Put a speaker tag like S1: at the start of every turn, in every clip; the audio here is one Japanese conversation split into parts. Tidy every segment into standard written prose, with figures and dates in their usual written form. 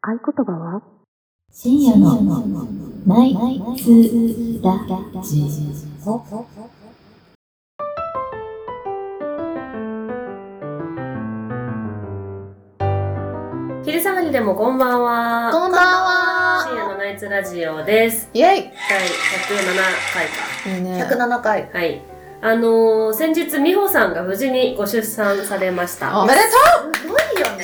S1: 合言葉は
S2: 深夜のナイツラジオ。
S3: 昼下がりでもこんばんは。
S2: こんばんは。
S3: 深夜のナイツラジオです。
S2: イェイ。
S3: 第107回か。
S2: いいね。
S1: 107回。
S3: はい。先日美穂さんが無事にご出産されました。
S2: おめでとう。
S1: すごいよね。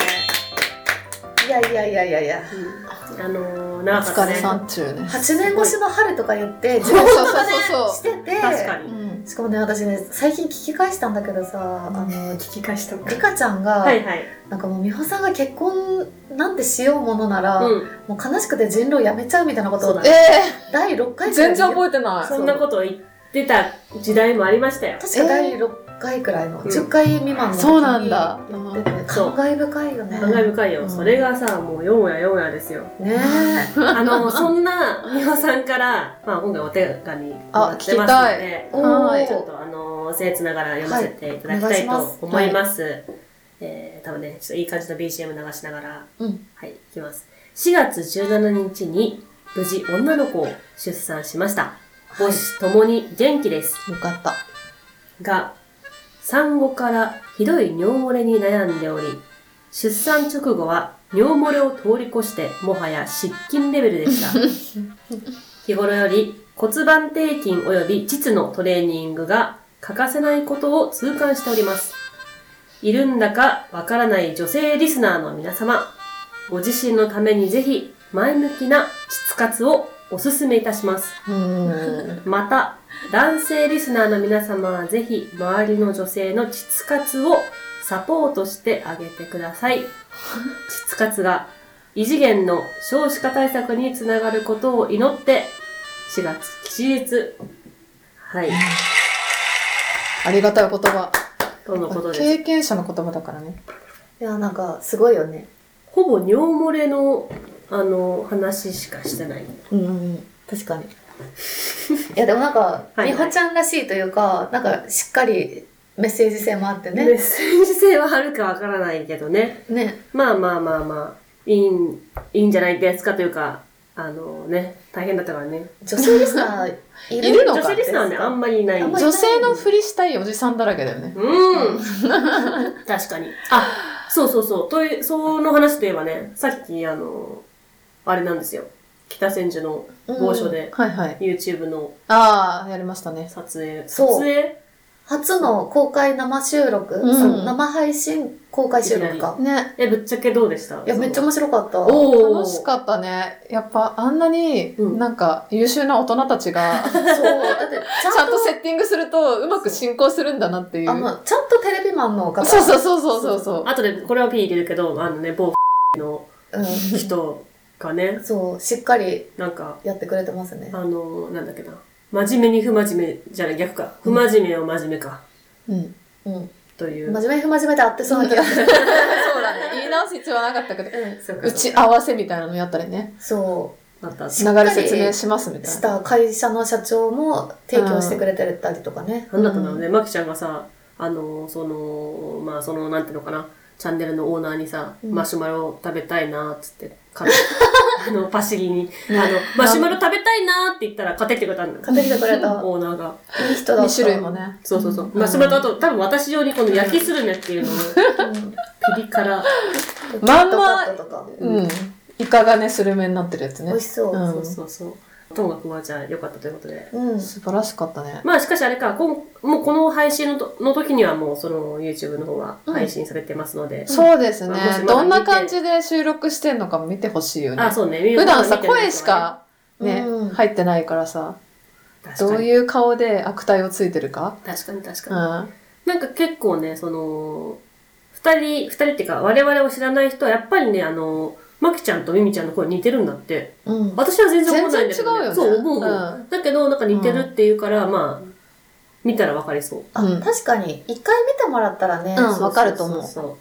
S1: いや。
S3: 長かったね。
S2: お疲れさん中ね。
S1: 8年越しの春とか言って自分とかねしてて、
S3: 確かに。
S1: しかもね、私ね、最近聞き返したんだけどさ、
S3: 聞き返したのか。
S1: リカちゃんが、
S3: はいはい。
S1: なんかもう美穂さんが結婚なんてしようものなら、もう悲しくて人狼やめちゃうみたいなことを、第6回
S2: 全然覚えてない。
S3: そんなことを言ってた時代もありましたよ。
S1: 確か第6回くらいの、10回未満の時に
S2: そうなんだ。
S1: 言ってて、感慨深いよね。
S3: 感慨深いよ。それがさ、もう4やですよ。
S1: ね
S3: そんな美穂さんから、まあ今回お手紙もらってますので、ちょっと僭越ながら読ませていただきたいと思います。多分ね、ちょっといい感じの BGM 流しながら、はい、いきます。4月17日に無事女の子を出産しました。母子ともに元気です。
S2: よかった。
S3: が、産後からひどい尿漏れに悩んでおり、出産直後は尿漏れを通り越してもはや失禁レベルでした。日頃より骨盤底筋及び膣のトレーニングが欠かせないことを痛感しております。いるんだかわからない女性リスナーの皆様、ご自身のためにぜひ前向きな膣活をお勧めいたします。また、男性リスナーの皆様はぜひ周りの女性の膣活をサポートしてあげてください。膣活が異次元の少子化対策につながることを祈って4月吉日。はい。
S2: ありがたい言葉。
S3: とのことです。
S2: 経験者の言葉だからね。
S1: いや、なんかすごいよね。
S3: ほぼ尿漏れの話しかしてない。
S1: 確かに。いやでもなんか美穂ちゃんらしいというか、なんかしっかりメッセージ性もあってね。
S3: メッセージ性はあるかわからないけどね。まあいいんじゃないですかというか、大変だったからね。
S1: 女性リスナーいるのか。
S3: 女性リスナーはね、あんまりいない。
S2: 女性のふりしたいおじさんだらけだよね。
S3: 確かに。そう。その話といえばね、さっきあれなんですよ。北千住の某所で、YouTube の
S2: やりましたね。
S3: 撮影
S1: 初の公開生収録、生配信公開収録か。
S2: ね。
S3: ぶっちゃけどうでした？
S1: いや、めっちゃ面白かった。
S2: 楽しかったね。やっぱあんなになんか優秀な大人たちが、だってちゃんとセッティングするとうまく進行するんだなっていう。
S1: ちゃんとテレビマンの方。
S2: そう。
S3: あとでこれは P 入れるけど、某の人がね、
S1: しっかり
S3: なんか
S1: やってくれてますね。
S3: なんだっけな。真面目に不真面目じゃない、逆か。不真面目を真面目か。という。
S1: 真面目に不真面目であってそうな気がする。
S2: そうだね。言い直す必要はなかったけど、打ち合わせみたいなのやったりね。
S1: そう。
S2: 流れ説明しますみたいな。
S1: した会社の社長も提供してくれてたりとかね。
S3: なんだったんだろうね。マキちゃんがさ、なんていうのかな。チャンネルのオーナーにさ、マシュマロ食べたいなーっつって、パシリに、マシュマロ食べたいなーって言ったら買ってきてくれたんだよ。
S1: 買ってきてくれた。
S3: オーナーが。
S1: いい人だった。
S2: 2種類もね。
S3: そう。マシュマロとあと、多分私用にこの焼きスルメっていうのを、ピリ辛。
S2: まんま、イカがね、スルメになってるやつね。
S1: 美味しそう。
S3: そう。ともかくはじゃあ良かったということで。
S2: 素晴らしかったね。
S3: まあしかしあれか、もうこの配信の時にはもうその YouTube の方は配信されてますので。
S2: そうですね。どんな感じで収録してんのかも見てほしいよね。
S3: そうね。
S2: 普段さ、声しかね、入ってないからさ、どういう顔で悪態をついてるか。
S3: 確かに。なんか結構ね、二人っていうか我々を知らない人はやっぱりね、マキちゃんとミミちゃんの声似てるんだって。私は全然思わないんだけど、ね。
S2: 全然違うよね。
S3: そう思う。だけど、なんか似てるっていうから、まあ、見たらわかりそう。
S1: 確かに。一回見てもらったらね、わかると思う。
S3: そう。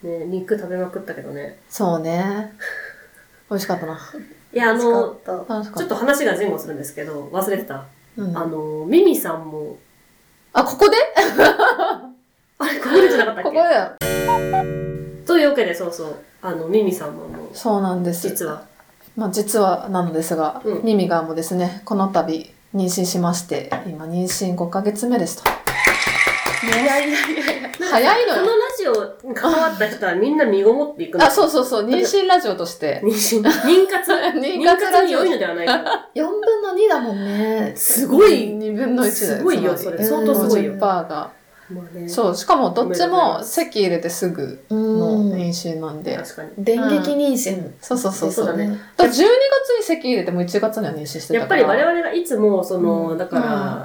S3: ね、肉食べまくったけどね。
S2: そうね。美味しかったな。
S3: いや、ちょ
S1: っ
S3: と話が前後するんですけど、忘れてた。ミミさんも。
S2: ここで
S3: あれ、ここでじゃなかったっけ？
S2: ここだよ。
S3: といういうわけで、そうそう。ミミさんも
S2: そうなんです。
S3: 実は。
S2: 実はなのですが、
S3: うん
S2: ミミがもうですね、この度妊娠しまして、今妊娠5ヶ月目ですと。
S1: いやいやいやいや。
S2: 早いのよ。
S3: このラジオに関わった人はみんな身ごもっていくの。
S2: そう、妊娠ラジオとして。
S3: 妊活
S2: 妊活ラジオ
S3: に良いのではないかな。
S1: 4分の2だもんね。
S3: すごい。
S2: 2分の1だよ。
S3: すごいよ、それ。相当すごいよ。
S2: 50% が。
S3: まあね、
S2: そう、しかもどっちも籍入れてすぐの妊娠なんで。
S3: 確かに。
S1: 電撃妊娠。
S2: そう
S3: そうだね。
S2: 12月に籍入れても1月には妊娠してたから。
S3: やっぱり我々がいつも、だから、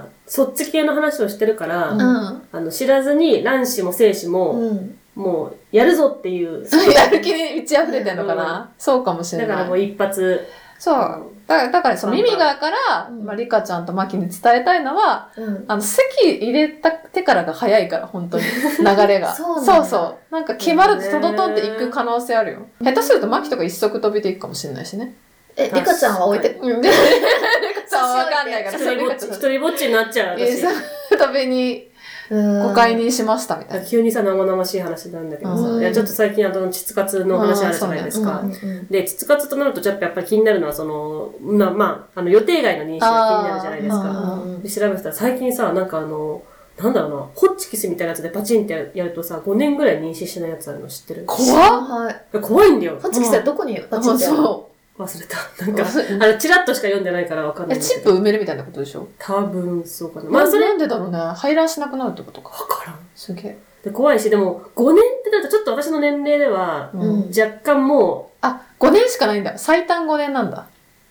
S3: そっち系の話をしてるから、知らずに卵子も精子も、もう、やるぞっていう。
S2: やる気に満ち溢れてんのかな、そうかもしれない。
S3: だからもう一発。
S2: そう。だからそのミミガーから、リカちゃんとマキに伝えたいのは、籍入れてからが早いから、本当に。流れが。そう。なんか決まるとトドトンって行く可能性あるよ。下手するとマキとか一足飛びで行くかもしれないしね。
S1: リカちゃんは置いて、
S2: リカちゃんはわかんないから、
S3: 一人ぼっちになっちゃう。私。
S2: 飛びに、誤解にしましたみたいな。
S3: 急にさ、生々しい話なんだけどさ、いや、ちょっと最近膣活の話あるじゃないですか。で、膣活となると、やっぱり気になるのは、予定外の妊娠が気になるじゃないですか。で、調べてたら、最近さ、なんだろうな、ホッチキスみたいなやつでパチンってやるとさ、5年ぐらい妊娠しないやつあるの知ってる？怖いんだよ。
S1: ホッチキスはどこにパチンってやるの？
S3: 忘れた。なんか、チラッとしか読んでないからわかんない。
S2: チップ埋めるみたいなことでしょ？
S3: 多分、そうかな。
S2: なんでだろうね。排卵しなくなるってことか。
S3: わからん。
S2: すげえ。
S3: で、怖いし、でも、5年ってなるとちょっと私の年齢では、若干も
S2: う、5年しかないんだ。最短5年なんだ。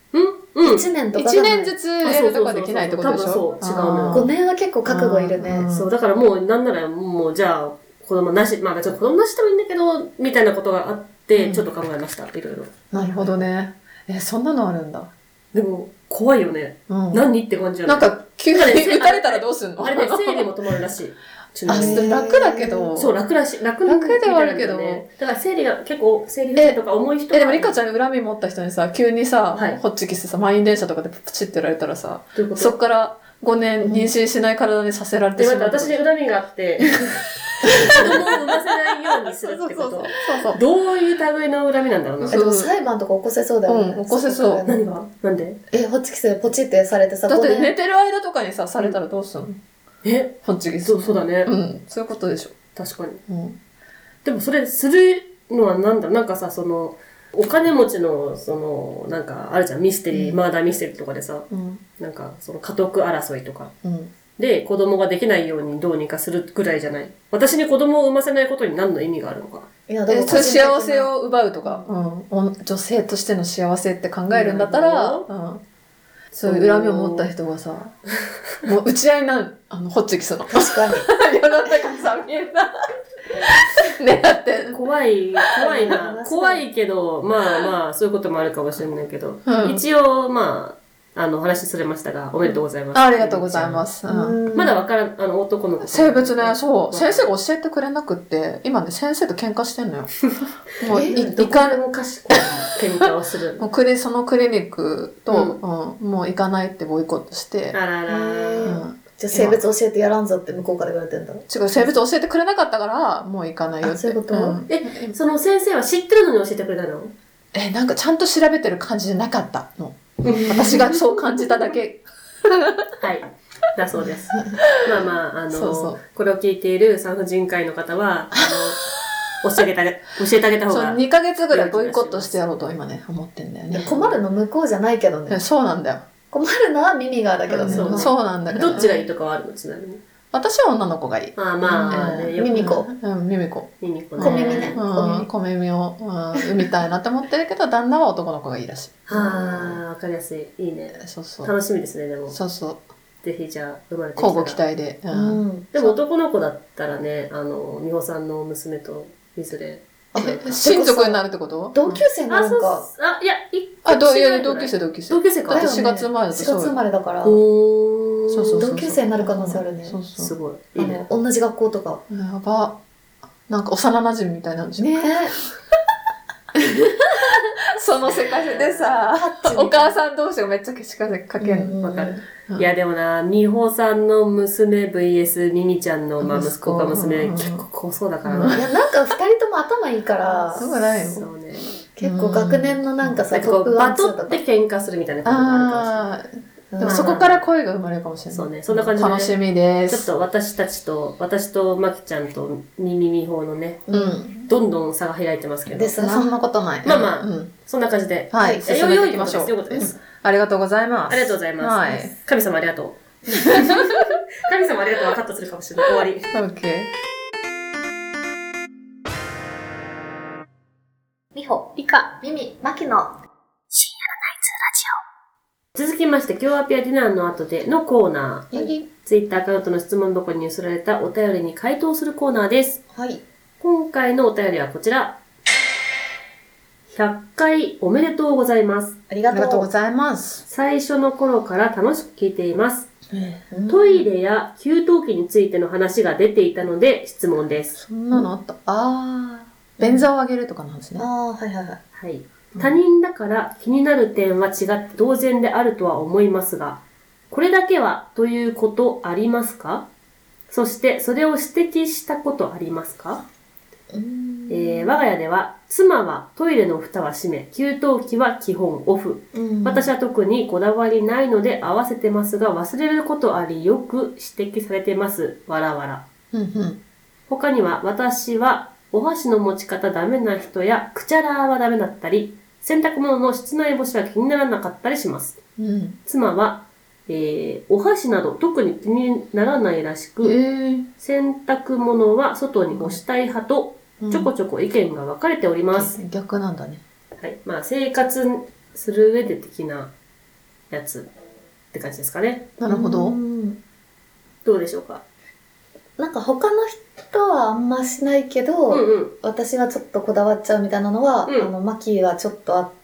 S1: 1年とか。
S2: 1年ずつやるとかできないってことでしょ？
S3: 多分そう、違うの。
S1: 5年は結構覚悟いるね。
S3: そう、だからもう、なんならもう、じゃあ、子供なし、ちょっと子供なしでもいいんだけど、みたいなことがあって、ちょっと考えました、いろいろ。
S2: なるほどね。そんなのあるんだ。
S3: でも、怖いよね。何って感じじゃない？
S2: なんか、急に撃たれたらどうすんの？
S3: あれね、生理も止まるらしい。
S2: 楽だけど。
S3: そう、楽ではあるけど。だから生理が結構、生理不正とか重い人
S2: でもリカちゃんに恨み持った人にさ、急にさ、ホッチキスさ、満員電車とかでプチってやられたらさ、そっから5年妊娠しない体にさせられてしまう。
S3: 私に恨みがあって、子供を産ませないようにするってこと。どういう類の恨みなんだろうな。
S1: でも裁判とか起こせそうだよね。
S2: 起こせそう。
S3: 何が？なんで？
S1: ホッチキスでポチってされてさ、
S2: だって寝てる間とかにさ、されたらどうすんの？ホッチキス。
S3: そうだね。
S2: そういうことでしょ。
S3: 確かに。でもそれするのはなんだろう、なんかさ、お金持ちの、なんかあるじゃん、ミステリー、マーダーミステリーとかでさ、なんか家督争いとか。で、子供ができないようにどうにかするぐらいじゃない。私に子供を産ませないことに何の意味があるのか。
S1: いや、でも
S2: 幸せを奪うとか、女性としての幸せって考えるんだったら、そういう恨みを持った人がさ、もう打ち合いになる、ホッチキスの。
S1: 確かに。
S2: 世の中さ、みんな、狙って。
S3: 怖いな。怖いけど、まあ、そういうこともあるかもしれないけど、一応、話それましたが、おめでとうございます。
S2: ありがとうござざいます。
S3: まだわからん、男の子。
S2: 性別ね、そう。先生が教えてくれなくって、今ね、先生と喧嘩してんのよ。
S3: もう、いかん賢い喧嘩をする。
S2: もうそのクリニックと、もう行かないってボイコットして。
S3: あらら。
S1: じゃあ性別教えてやらんぞって向こうから言われてんだろ？
S2: 違う、性別教えてくれなかったから、もう行かないよって。
S1: そういうこと？
S3: その先生は知ってるのに教えてくれたの？
S2: なんかちゃんと調べてる感じじゃなかったの。私がそう感じただけ。
S3: はい。だそうです。これを聞いている産婦人科医の方は、教えてあげた方が。
S2: そう、2ヶ月ぐらいボイコットしてやろうと今ね、思ってんだよね。
S1: 困るの向こうじゃないけどね。
S2: そうなんだよ。
S1: 困るのは耳がだけどね。
S2: そうなんだけど。
S3: どっちがいいとかはあるの？ちなみに。
S2: 私は女の子がいい。
S1: 耳子。
S2: 耳子。
S1: 小耳ね。
S2: 小耳を産みたいなって思ってるけど、旦那は男の子がいいらしい。
S3: わかりやすい。いいね。楽しみですね、でも。
S2: そうそう。
S3: ぜひじゃあ、生まれてきたら。
S2: 交互期待で。
S3: でも男の子だったらね、美穂さんの娘といずれ。
S2: 親族になるってこと？
S1: 同級生になるのか。
S3: いや、
S2: 同級生。
S3: 同級生か。
S2: 4月生まれだと。
S1: 4月生まれだから。同級生になる可能性あるね。
S3: すごい。
S1: 同じ学校とか。
S2: やば。なんか幼馴染みたいなんじゃん。
S1: ね
S2: その世界でさ、お母さん同士がめっちゃしかかけるの。
S3: わかる。いやでもな、美穂さんの娘 vs ミミちゃんの息子か娘、結構怖そうだからな。
S1: いや、なんか二人とも頭ないから、
S2: そうないよ。
S3: そうね。
S1: 結構学年のなんかさ、
S3: なんかこう、バトって喧嘩するみたいなことがあるかもしれない。
S2: でもそこから恋が生まれるかもしれない。
S3: そうね。そんな感じで、
S2: 楽しみです。
S3: ちょっと私とまきちゃんとミミミ法のね、どんどん差が開いてますけど。
S1: ですな。そんなことない。
S3: まあまあ、そんな感じで。
S2: はい。進めていきましょう。
S3: 良いことです。
S2: ありがとうございます。
S3: ありがとうございます。
S2: はい。
S3: 神様ありがとう。神様ありがとうはカットするかもしれない。終わり。
S2: オッケー。
S1: みほ、りか、みみ、まきの深夜のナイツラジ
S3: オ。続きまして、今日はピアディナーの後でのコーナー。ツイッターアカウントの質問箱に寄せられたお便りに回答するコーナーです。
S1: はい。
S3: 今回のお便りはこちら。100回おめでとうございます。
S1: ありがとう
S2: ございます。
S3: 最初の頃から楽しく聞いています。トイレや給湯器についての話が出ていたので質問です。
S2: そんなのあった。便座をあげるとかの話ね。
S1: はいはいはい。
S3: はい。他人だから気になる点は違って当然であるとは思いますが、これだけはということありますか？そしてそれを指摘したことありますか？我が家では妻はトイレの蓋は閉め、給湯器は基本オフ。私は特にこだわりないので合わせてますが忘れることありよく指摘されてます。わらわら。他には私はお箸の持ち方ダメな人やくちゃらはダメだったり、洗濯物の室内干しは気にならなかったりします。妻は、お箸など特に気にならないらしく、洗濯物は外に干したい派とちょこちょこ意見が分かれております。
S2: 逆なんだね。
S3: はい。まあ生活する上で的なやつって感じですかね。
S2: なるほど。
S3: どうでしょうか。
S1: なんか他の人はあんましないけど、私はちょっとこだわっちゃうみたいなのは、マキはちょっとあって、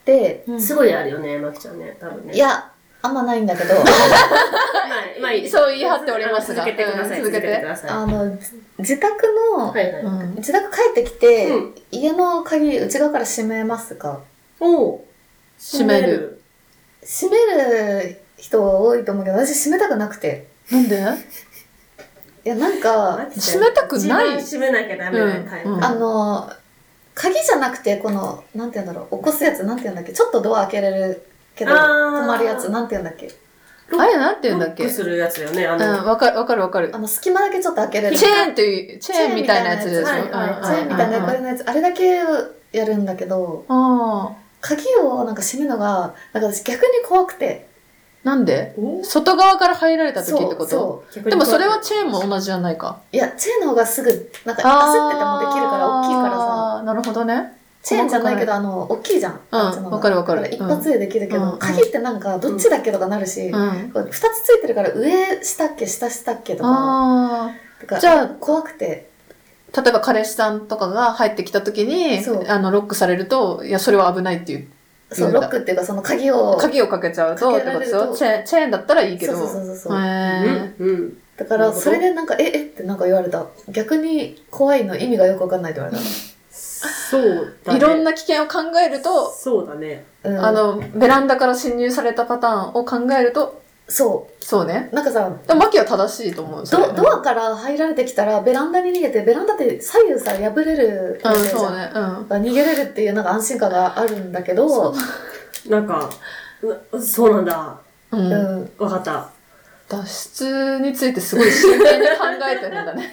S3: すごいあるよね、マキちゃんね、多分ね。
S1: いや、あんまないんだけど。
S2: まあ、そう言い張っておりますが。
S3: 続けてください、続けてください。
S1: 自宅帰ってきて、家の鍵内側から閉めますか？
S2: 閉める。
S1: 閉める人は多いと思うけど、私閉めたくなくて。
S2: なんで？
S1: いや、なんか、
S2: 閉めたくない？
S3: 閉めなきゃダメなタイプ。
S1: 鍵じゃなくて、この、なんて言うんだろう、起こすやつ、なんて言うんだっけ、ちょっとドア開けれるけど、止まるやつ、なんて言うんだっけ。
S2: あれ、なんて言うんだっけ。
S3: ロックするやつよね、
S2: わかる。
S1: 隙間だけちょっと開けれる。
S2: チェーンみたいなやつですよ。チ
S1: ェーンみたいなこれのやつ、あれだけやるんだけど、鍵をなんか閉めるのが、なんか私逆に怖くて。
S2: なんで？外側から入られた時ってこと？そう。でもそれはチェーンも同じじゃないか。
S1: いや、チェーンの方がすぐ、なんか焦っててもできるから大きいからさ。
S2: なるほどね。
S1: チェーンじゃないけど、大きいじゃん。
S2: わかる。
S1: 一発でできるけど、鍵ってなんか、どっちだっけとかなるし、二つついてるから、上したっけ、下したっけとか。じゃあ、怖くて。
S2: 例えば彼氏さんとかが入ってきた時に、ロックされると、いや、それは危ないっていう。
S1: そう、ロックっていうか、その鍵を
S2: かけちゃうと、ってことですよ。チェーンだったらいいけど。
S1: そう。だから、それでなんか、ってなんか言われた。逆に怖いの意味がよくわかんないって言われた。
S3: そうだね。
S2: いろんな危険を考えると、
S3: そうだね。
S2: ベランダから侵入されたパターンを考えると、そうね。
S1: なんかさ、
S2: マキは正しいと思う。
S1: ドアから入られてきたら、ベランダに逃げて、ベランダって左右さ、破れる。
S2: そうね。
S1: 逃げれるっていうなんか安心感があるんだけど、
S3: なんか、そうなんだ。わかった。
S2: 脱出についてすごい真剣に考えてるんだね。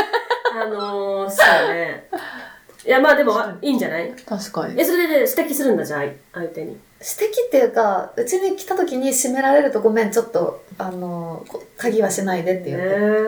S3: そうね。いや、まあでも、いいんじゃない？
S2: 確かに。
S3: それで指摘するんだ、じゃあ、相手に。
S1: 指摘っていうか、うちに来た時に閉められるとごめん、ちょっと、鍵はしないでって言って。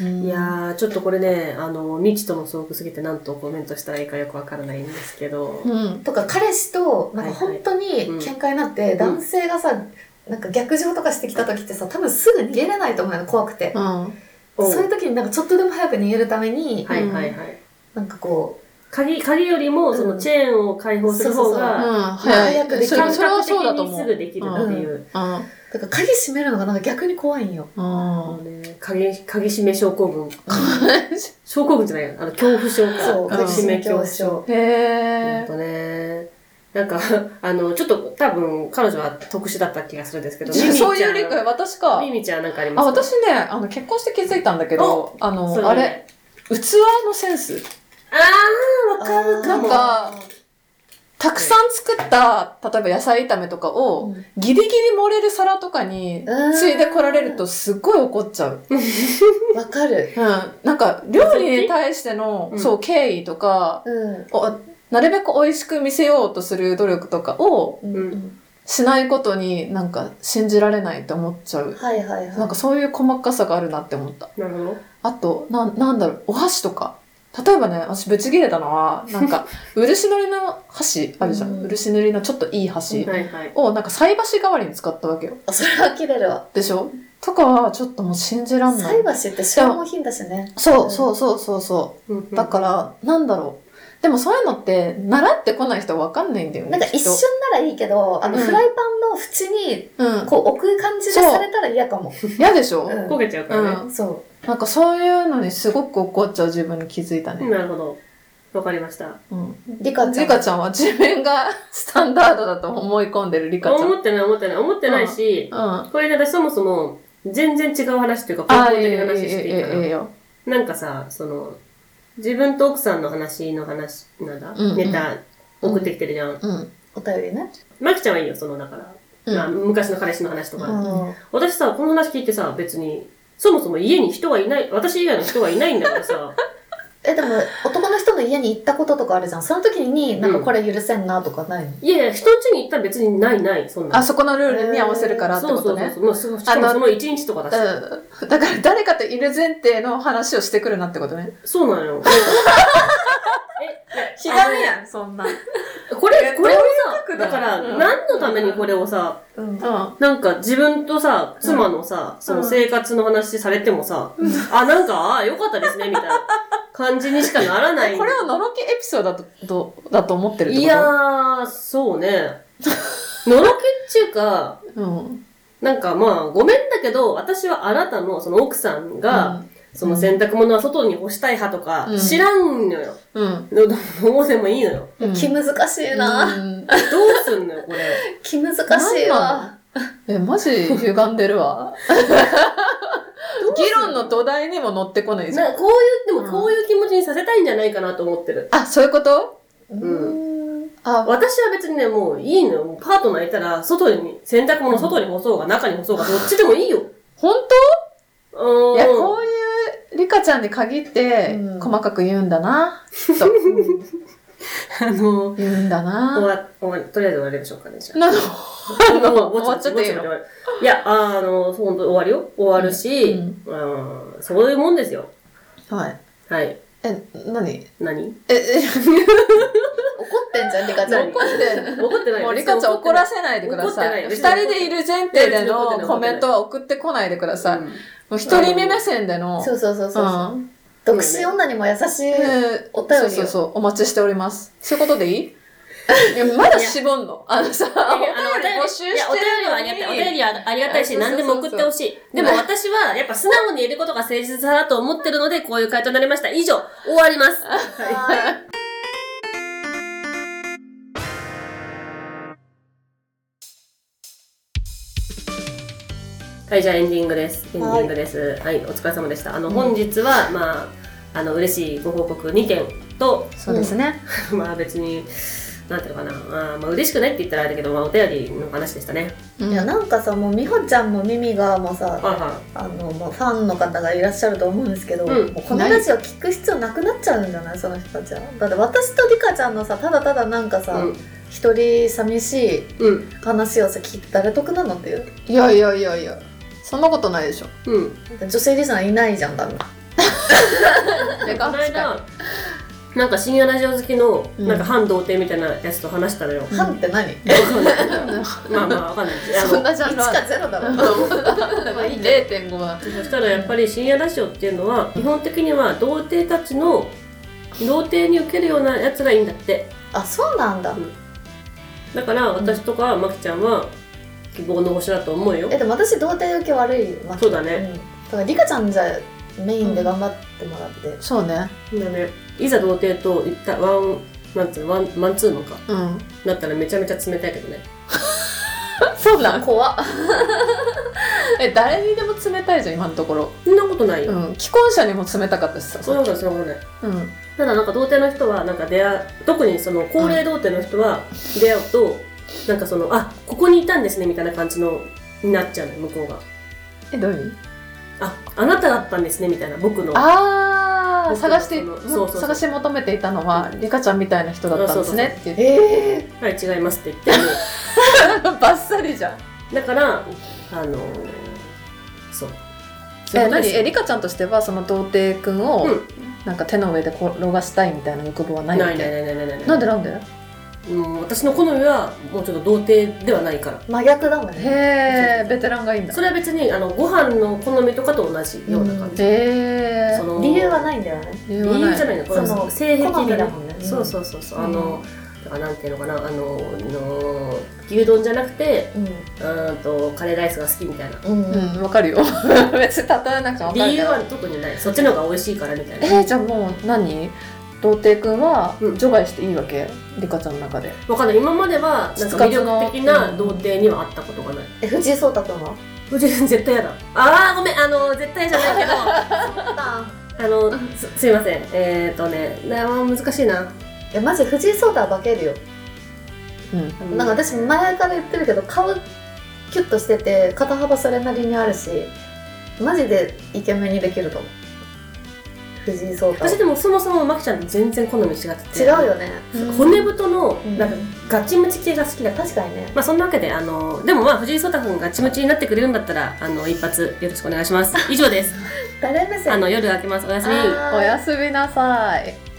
S3: いやー、ちょっとこれね、未知とも相互すぎて何とコメントしたらいいかよくわからないんですけど。
S1: とか、彼氏と、なんか本当に喧嘩になって、男性がさ、なんか逆上とかしてきた時ってさ、多分すぐ逃げれないと思うの、怖くて。そういう時になんかちょっとでも早く逃げるために、なんかこう、
S3: 鍵よりも、そのチェーンを開放する方が、
S1: 早くできる。
S3: 感覚的にすぐできるっていう。
S1: だから鍵閉めるのがなんか逆に怖いんよ。
S3: 鍵閉め症候群。症候群じゃないよ。恐怖症か。
S1: そう、
S3: 鍵閉め恐怖症。
S2: へ
S3: ー。ね。なんか、ちょっと多分彼女は特殊だった気がするんですけど、
S2: そういう理解、私か。
S3: ミミちゃんなんかありますか？
S2: 私ね、結婚して気づいたんだけど、あれ、器のセンス。
S3: わかるか
S2: なんか、たくさん作った、例えば野菜炒めとかを、ギリギリ盛れる皿とかについで来られるとすっごい怒っちゃう。
S1: わかる。
S2: なんか、料理に対しての、そう、敬意とか、なるべく美味しく見せようとする努力とかを、しないことになんか信じられないって思っちゃう。なんかそういう細かさがあるなって思った。
S3: なるほど。
S2: あと、なんだろう、お箸とか。例えばね、私ぶち切れたのは、なんか、漆塗りの箸あるじゃん。漆塗りのちょっといい箸を、なんか菜箸代わりに使ったわけよ。
S1: それは切れるわ。
S2: でしょとかは、ちょっともう信じらんない。
S1: 菜箸って消耗品だしね。
S2: そう。だから、なんだろう。でもそういうのって、習ってこない人はわかんないんだよね。
S1: なんか一瞬ならいいけど、フライパンの縁に、こう置く感じでされたら嫌かも。
S2: 嫌でしょ
S3: 焦げちゃうからね。
S1: そう。
S2: なんかそういうのにすごく怒っちゃう自分に気づいたね。
S3: なるほど。わかりました。
S2: リカちゃんは自分がスタンダードだと思い込んでるリカちゃん。
S3: 思ってないし、これで私そもそも全然違う話っていうか、根本的な話していいかな。なんかさ、自分と奥さんの話、なんだ、ネタ送ってきてるじゃん。
S1: お便りね。
S3: マキちゃんはいいよ、だから。まあ、昔の彼氏の話とか。私さ、この話聞いてさ、別に、そもそも家に人がいない、私以外の人がいないんだからさ。
S1: でも、男の人の家に行ったこととかあるじゃん。その時に、なんかこれ許せんなとかないの？
S3: いや、人ん家に行ったら別にない、そんな。
S2: そこのルールに合わせるからってことね。
S3: そう。しかもその1日とかだし。
S2: だから誰かといる前提の話をしてくるなってことね。
S3: そうなのよ。
S2: ひがみやん、そんな。
S3: これをさ、だから、何のためにこれをさ、なんか自分とさ、妻のさ、その生活の話されてもさ、なんか、よかったですね、みたいな感じにしかならない。
S2: これはのろけエピソードだと思ってるってこと？
S3: いやー、そうね。のろけっていうか、なんかまあ、ごめんだけど、私はあなたのその奥さんが、その洗濯物は外に干したい派とか、知らんのよ。どうでもいいのよ。
S1: 気難しいな。
S3: どうすんのよ、これ。
S1: 気難しいわ。
S2: マジ歪んでるわ。議論の土台にも乗ってこないじゃん。
S3: こういう気持ちにさせたいんじゃないかなと思ってる。
S2: そういうこと？
S3: 私は別にね、もういいのよ。パートナーいたら、洗濯物外に干そうが中に干そうがどっちでもいいよ。
S2: 本当？いや、こういうリカちゃんに限って、細かく言うんだな、と。言うんだな。
S3: とりあえず終わりましょうかね、じゃ
S2: あ。終わっちゃっていいの？
S3: いや、本当終わるよ。終わるし、そういうもんですよ。
S2: はい。
S3: はい。
S2: 何？
S1: 怒ってんじゃん、リカちゃん。
S3: 怒ってない。
S2: もうリカちゃん怒らせないでください。二人でいる前提でのコメントは送ってこないでください。もう一人目目線での。
S1: そう。独身女にも優しいお便り。
S2: そう。お待ちしております。そういうことでいい？まだ絞んの？お便り募集してる
S3: お便りはありがたいし、何でも送ってほしい。でも私は、やっぱ素直に言えることが誠実だと思ってるので、こういう回答になりました。以上、終わります。はい、じゃあエンディングです。はい、お疲れ様でした。本日は、まあ、嬉しいご報告2件と、
S2: そうですね。
S3: まあ別に、なんていうのかな、まあ嬉しくないって言ったらあれだけど、まあお便りの話でしたね。
S1: いや、なんかさ、もう美穂ちゃんもミミがもさ、もうファンの方がいらっしゃると思うんですけど、もうこのラジオ聞く必要なくなっちゃうんじゃない？その人たちは。だって私とリカちゃんのさ、ただなんかさ、一人寂しい話をさ、聞いて誰得なのっていう。
S2: いや。そんなことないでしょ。
S1: 女性リスナーいないじゃん、多分。
S3: この間、なんか深夜ラジオ好きの、なんか反童貞みたいなやつと話したのよ。
S1: 反って何？
S3: まあわかんない。
S2: そんなジャンルは
S1: 1か0だろ。
S2: 0.5 は。
S3: そしたらやっぱり深夜ラジオっていうのは、基本的には童貞たちの、童貞に受けるようなやつがいいんだって。
S1: そうなんだ。
S3: だから私とかマキちゃんは、希望の星だと思うよ。
S1: でも私童貞受け悪いわ。
S3: そうだね。
S1: だからリカちゃんじゃメインで頑張ってもらって。
S2: そうね。
S3: いざ童貞といったマンツーマンか。だったらめちゃめちゃ冷たいけどね。
S2: そうなん？
S1: 怖っ。
S2: 誰にでも冷たいじゃん、今のところ。
S3: そんなことないよ。
S2: 既婚者にも冷たかったしさ。
S3: そうだね。 ただなんか童貞の人はなんか特にその高齢童貞の人は出会うと、なんかそのここにいたんですねみたいな感じのになっちゃうの向こうが。
S2: どういう意味？
S3: あなただったんですねみたいな、僕の
S2: 探して求めていたのはリカちゃんみたいな人だったんですねって言って、
S3: はい違いますって言って
S2: バッサリじゃん。
S3: だからそう
S2: リカちゃんとしてはその童貞くんをなんか手の上で転がしたいみたいな欲望はないわけ？ないなんで
S3: 私の好みはもうちょっと童貞ではないから。
S1: 真逆だもんね。
S2: へえ、ベテランがいいんだ。
S3: それは別にご飯の好みとかと同じような感じ。
S1: 理由はないんだよね。
S3: 理由じゃないの、
S1: その性癖だもんね。
S3: そうなんていうのかな、牛丼じゃなくてカレーライスが好きみたいな。
S2: わかるよ。別に例えなくても分かるけど。
S3: 理由は特にない。そっちの方が美味しいからみたいな。
S2: じゃあもう何？童貞くんは除外していいわけ？リカちゃんの中で。
S3: わかんない。今まではなんか魅力的な童貞には会ったことがない。
S1: 藤井聡太くんは？
S3: 藤井絶対やだ。ごめん、絶対じゃないけどすいません。難しいな。
S1: マジ藤井聡太は化けるよ。なんか私前から言ってるけど、顔キュッとしてて肩幅それなりにあるし、マジでイケメンにできると思う。藤井聡太。
S3: 私でもそもそもマキちゃんと全然好み違ってて。
S1: 違うよね。
S3: 骨太のなんかガチムチ系が好きだから。
S1: 確かにね。
S3: まあそんなわけででも藤井聡太君がガチムチになってくれるんだったら一発よろしくお願いします。以上です。
S1: 誰目線？
S3: 夜明けます。おやすみ。
S2: おやすみなさい。